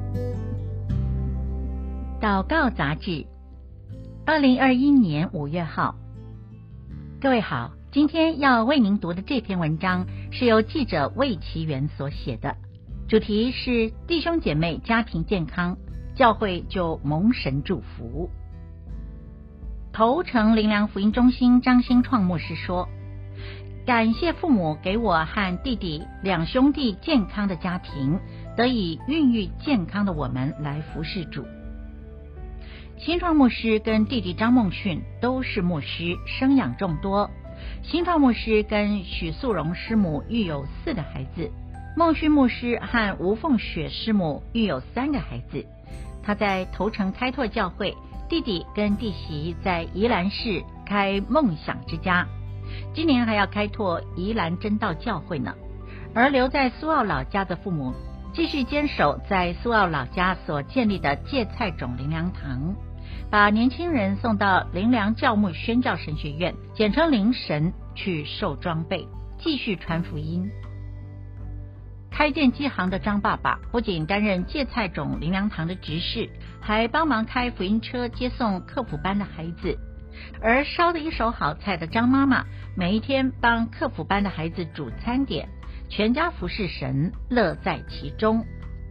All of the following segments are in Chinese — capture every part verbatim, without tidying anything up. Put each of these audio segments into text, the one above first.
祷告杂志，二零二一年五月号。各位好，今天要为您读的这篇文章是由记者魏其元所写的，主题是弟兄姐妹家庭健康，教会就蒙神祝福。头城灵粮福音中心张新创牧师说，感谢父母给我和弟弟两兄弟健康的家庭，得以孕育健康的我们来服侍主。新创牧师跟弟弟张梦训都是牧师，生养众多。新创牧师跟许素荣师母育有四个孩子，梦训牧师和吴凤雪师母育有三个孩子。他在头城开拓教会，弟弟跟弟媳在宜兰市开梦想之家，今年还要开拓宜兰真道教会呢。而留在苏澳老家的父母继续坚守在苏澳老家所建立的芥菜种灵粮堂，把年轻人送到灵粮教牧宣教神学院，简称灵神，去受装备，继续传福音。开建机行的张爸爸不仅担任芥菜种灵粮堂的执事，还帮忙开福音车接送客服班的孩子。而烧得一手好菜的张妈妈，每一天帮客服班的孩子煮餐点，全家服侍神，乐在其中。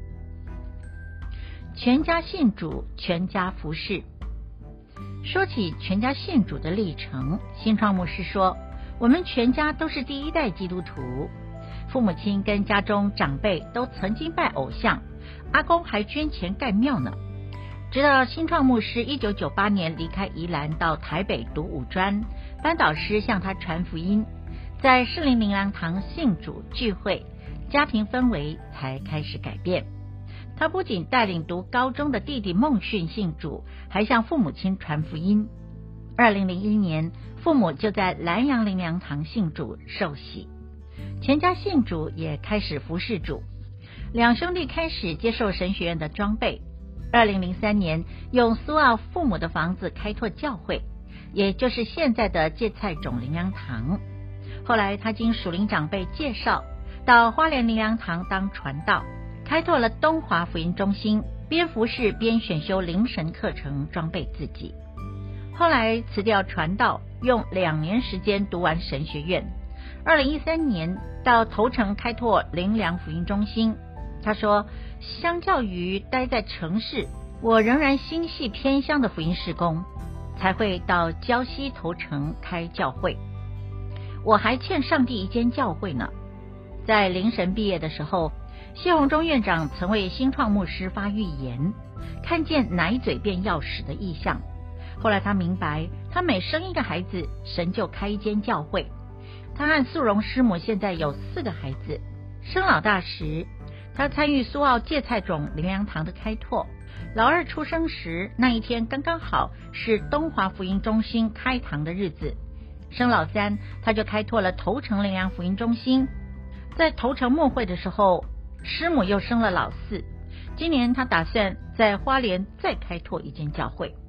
全家信主，全家服侍。说起全家信主的历程，新创牧师说，我们全家都是第一代基督徒，父母亲跟家中长辈都曾经拜偶像，阿公还捐钱盖庙呢。直到新创牧师一九九八年离开宜兰到台北读五专，班导师向他传福音，在士林灵粮堂信主聚会，家庭氛围才开始改变。他不仅带领读高中的弟弟孟训信主，还向父母亲传福音。二零零一年，父母就在南洋灵粮堂信主受洗，全家信主也开始服侍主。两兄弟开始接受神学院的装备。二零零三年，用苏澳父母的房子开拓教会，也就是现在的芥菜种灵粮堂。后来他经属灵长辈介绍，到花莲灵粮堂当传道，开拓了东华福音中心，边服侍边选修灵神课程，装备自己。后来辞掉传道，用两年时间读完神学院。二零一三年到头城开拓灵粮福音中心。他说，相较于待在城市，我仍然心系偏乡的福音事工，才会到礁溪头城开教会。我还欠上帝一间教会呢。在灵神毕业的时候，谢宏忠院长曾为新创牧师发预言，看见奶嘴变钥匙的异象。后来他明白，他每生一个孩子，神就开一间教会。他和素荣师母现在有四个孩子。生老大时，他参与苏澳芥菜种灵粮堂的开拓。老二出生时，那一天刚刚好是东华福音中心开堂的日子。生老三，他就开拓了头城灵粮福音中心。在头城牧会的时候，师母又生了老四。今年他打算在花莲再开拓一间教会。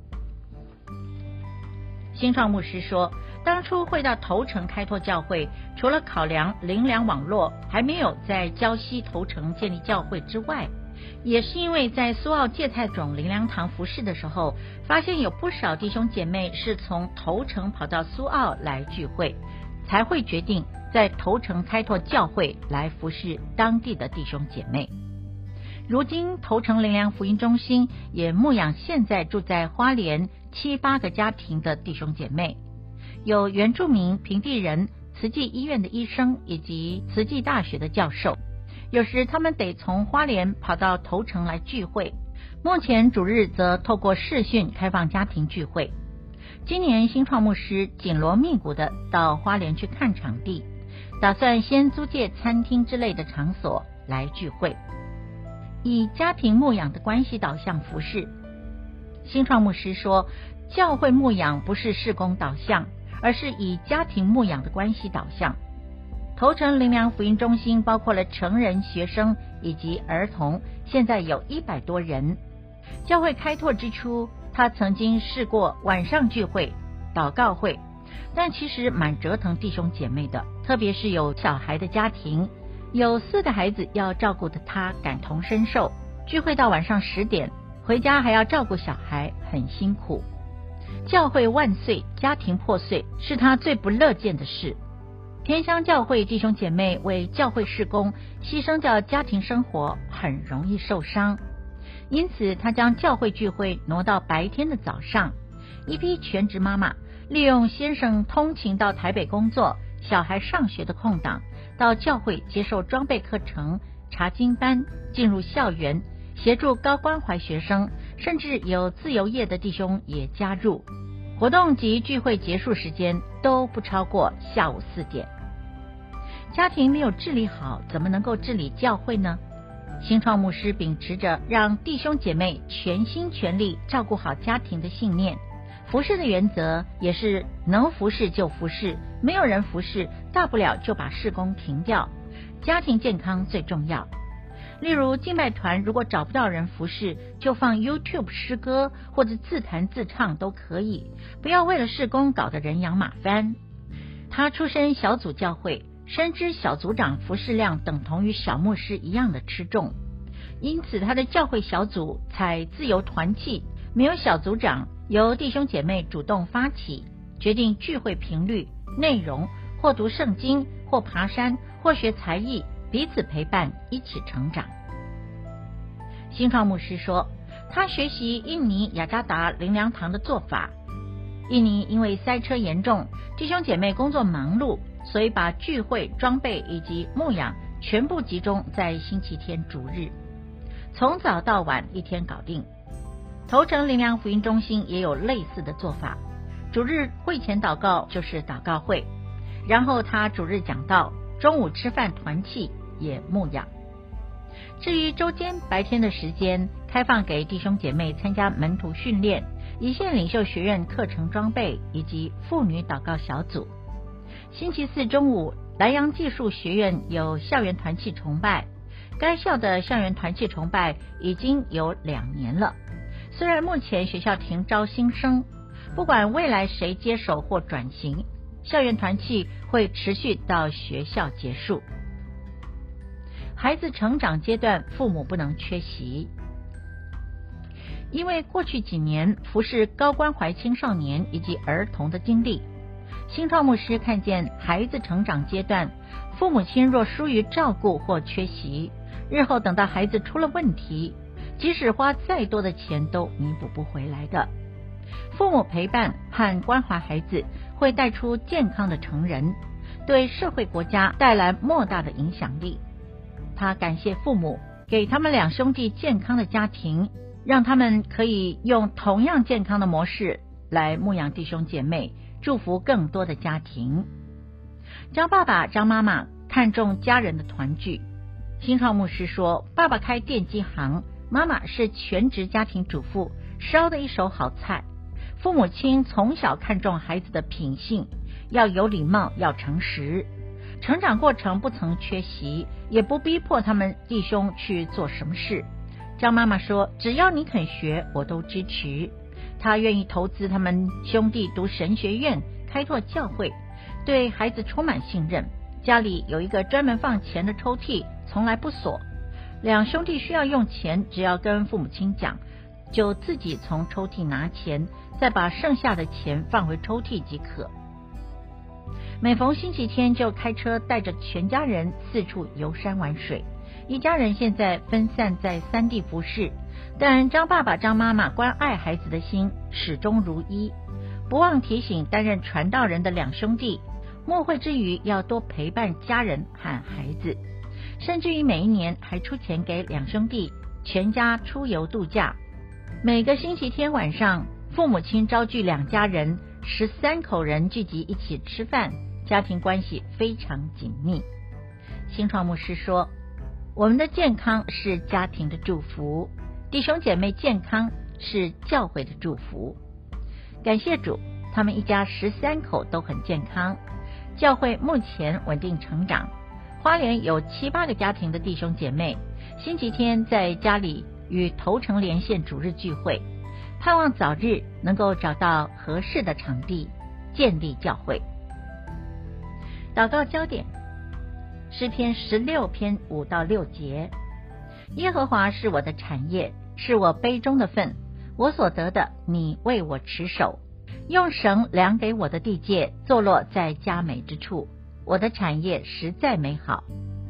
新创牧师说，当初会到头城开拓教会，除了考量灵粮网络还没有在礁溪头城建立教会之外，也是因为在苏澳芥菜种灵粮堂服侍的时候，发现有不少弟兄姐妹是从头城跑到苏澳来聚会，才会决定在头城开拓教会来服侍当地的弟兄姐妹。如今头城灵粮福音中心也牧养现在住在花莲七八个家庭的弟兄姐妹，有原住民、平地人、慈济医院的医生以及慈济大学的教授。有时他们得从花莲跑到头城来聚会，目前主日则透过视讯开放家庭聚会。今年新创牧师紧锣密鼓的到花莲去看场地，打算先租借餐厅之类的场所来聚会，以家庭牧养的关系导向服事。新创牧师说，教会牧养不是事工导向，而是以家庭牧养的关系导向。头城灵粮福音中心包括了成人、学生以及儿童，现在有一百多人。教会开拓之初，他曾经试过晚上聚会、祷告会，但其实蛮折腾弟兄姐妹的，特别是有小孩的家庭，有四个孩子要照顾的他感同身受， 聚会到晚上十点，回家还要照顾小孩，很辛苦。教会万岁，家庭破碎是他最不乐见的事。天乡教会弟兄姐妹为教会事工牺牲掉家庭生活，很容易受伤，因此他将教会聚会挪到白天的早上。一批全职妈妈利用先生通勤到台北工作，小孩上学的空档，到教会接受装备课程、查经班，进入校园协助高关怀学生，甚至有自由业的弟兄也加入。活动及聚会结束时间都不超过下午四点。家庭没有治理好，怎么能够治理教会呢？新创牧师秉持着让弟兄姐妹全心全力照顾好家庭的信念，服事的原则也是能服事就服事，没有人服事，大不了就把事工停掉。家庭健康最重要。例如敬拜团如果找不到人服事，就放 YouTube 诗歌或者自弹自唱都可以，不要为了事工搞得人仰马翻。他出身小组教会，深知小组长服事量等同于小牧师一样的吃重，因此他的教会小组采自由团契，没有小组长，由弟兄姐妹主动发起，决定聚会频率、内容，或读圣经，或爬山，或学才艺，彼此陪伴，一起成长。新创牧师说，他学习印尼雅加达灵粮堂的做法。印尼因为塞车严重，弟兄姐妹工作忙碌，所以把聚会、装备以及牧养全部集中在星期天主日，从早到晚一天搞定。头城灵粮福音中心也有类似的做法，主日会前祷告就是祷告会，然后他主日讲道，中午吃饭团契也牧养。至于周间白天的时间，开放给弟兄姐妹参加门徒训练、一线领袖学院课程装备以及妇女祷告小组。星期四中午，莱阳技术学院有校园团契崇拜，该校的校园团契崇拜已经有两年了。虽然目前学校停招新生，不管未来谁接手或转型，校园团契会持续到学校结束。孩子成长阶段，父母不能缺席。因为过去几年服侍高关怀青少年以及儿童的经历，新创牧师看见孩子成长阶段，父母亲若疏于照顾或缺席，日后等到孩子出了问题，即使花再多的钱都弥补不回来的。父母陪伴和关怀孩子，会带出健康的成人，对社会国家带来莫大的影响力。他感谢父母给他们两兄弟健康的家庭，让他们可以用同样健康的模式来牧养弟兄姐妹，祝福更多的家庭。张爸爸张妈妈看重家人的团聚。新创牧师说，爸爸开电机行，妈妈是全职家庭主妇，烧的一手好菜。父母亲从小看重孩子的品性，要有礼貌，要诚实。成长过程不曾缺席，也不逼迫他们弟兄去做什么事。张妈妈说，只要你肯学，我都支持。她愿意投资他们兄弟读神学院，开拓教会，对孩子充满信任。家里有一个专门放钱的抽屉，从来不锁。两兄弟需要用钱，只要跟父母亲讲，就自己从抽屉拿钱，再把剩下的钱放回抽屉即可。每逢星期天就开车带着全家人四处游山玩水，一家人现在分散在三地服侍，但张爸爸张妈妈关爱孩子的心始终如一，不忘提醒担任传道人的两兄弟，默会之余要多陪伴家人和孩子，甚至于每一年还出钱给两兄弟全家出游度假。每个星期天晚上，父母亲召聚两家人十三口人聚集一起吃饭，家庭关系非常紧密。新创牧师说，我们的健康是家庭的祝福，弟兄姐妹健康是教会的祝福。感谢主，他们一家十三口都很健康，教会目前稳定成长。花莲有七八个家庭的弟兄姐妹，星期天在家里与头城连线主日聚会，盼望早日能够找到合适的场地，建立教会。祷告焦点，诗篇十六篇五到六节。 耶和华是我的产业，是我杯中的份，我所得的，你为我持守。用绳量给我的地界，坐落在佳美之处，我的产业实在美好。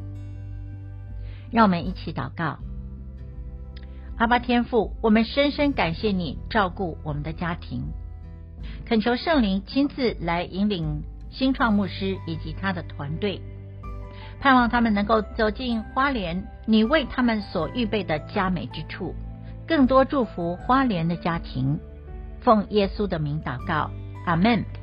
让我们一起祷告。阿爸天父，我们深深感谢你照顾我们的家庭，恳求圣灵亲自来引领新创牧师以及他的团队，盼望他们能够走进花莲你为他们所预备的佳美之处，更多祝福花莲的家庭。奉耶稣的名祷告，阿们。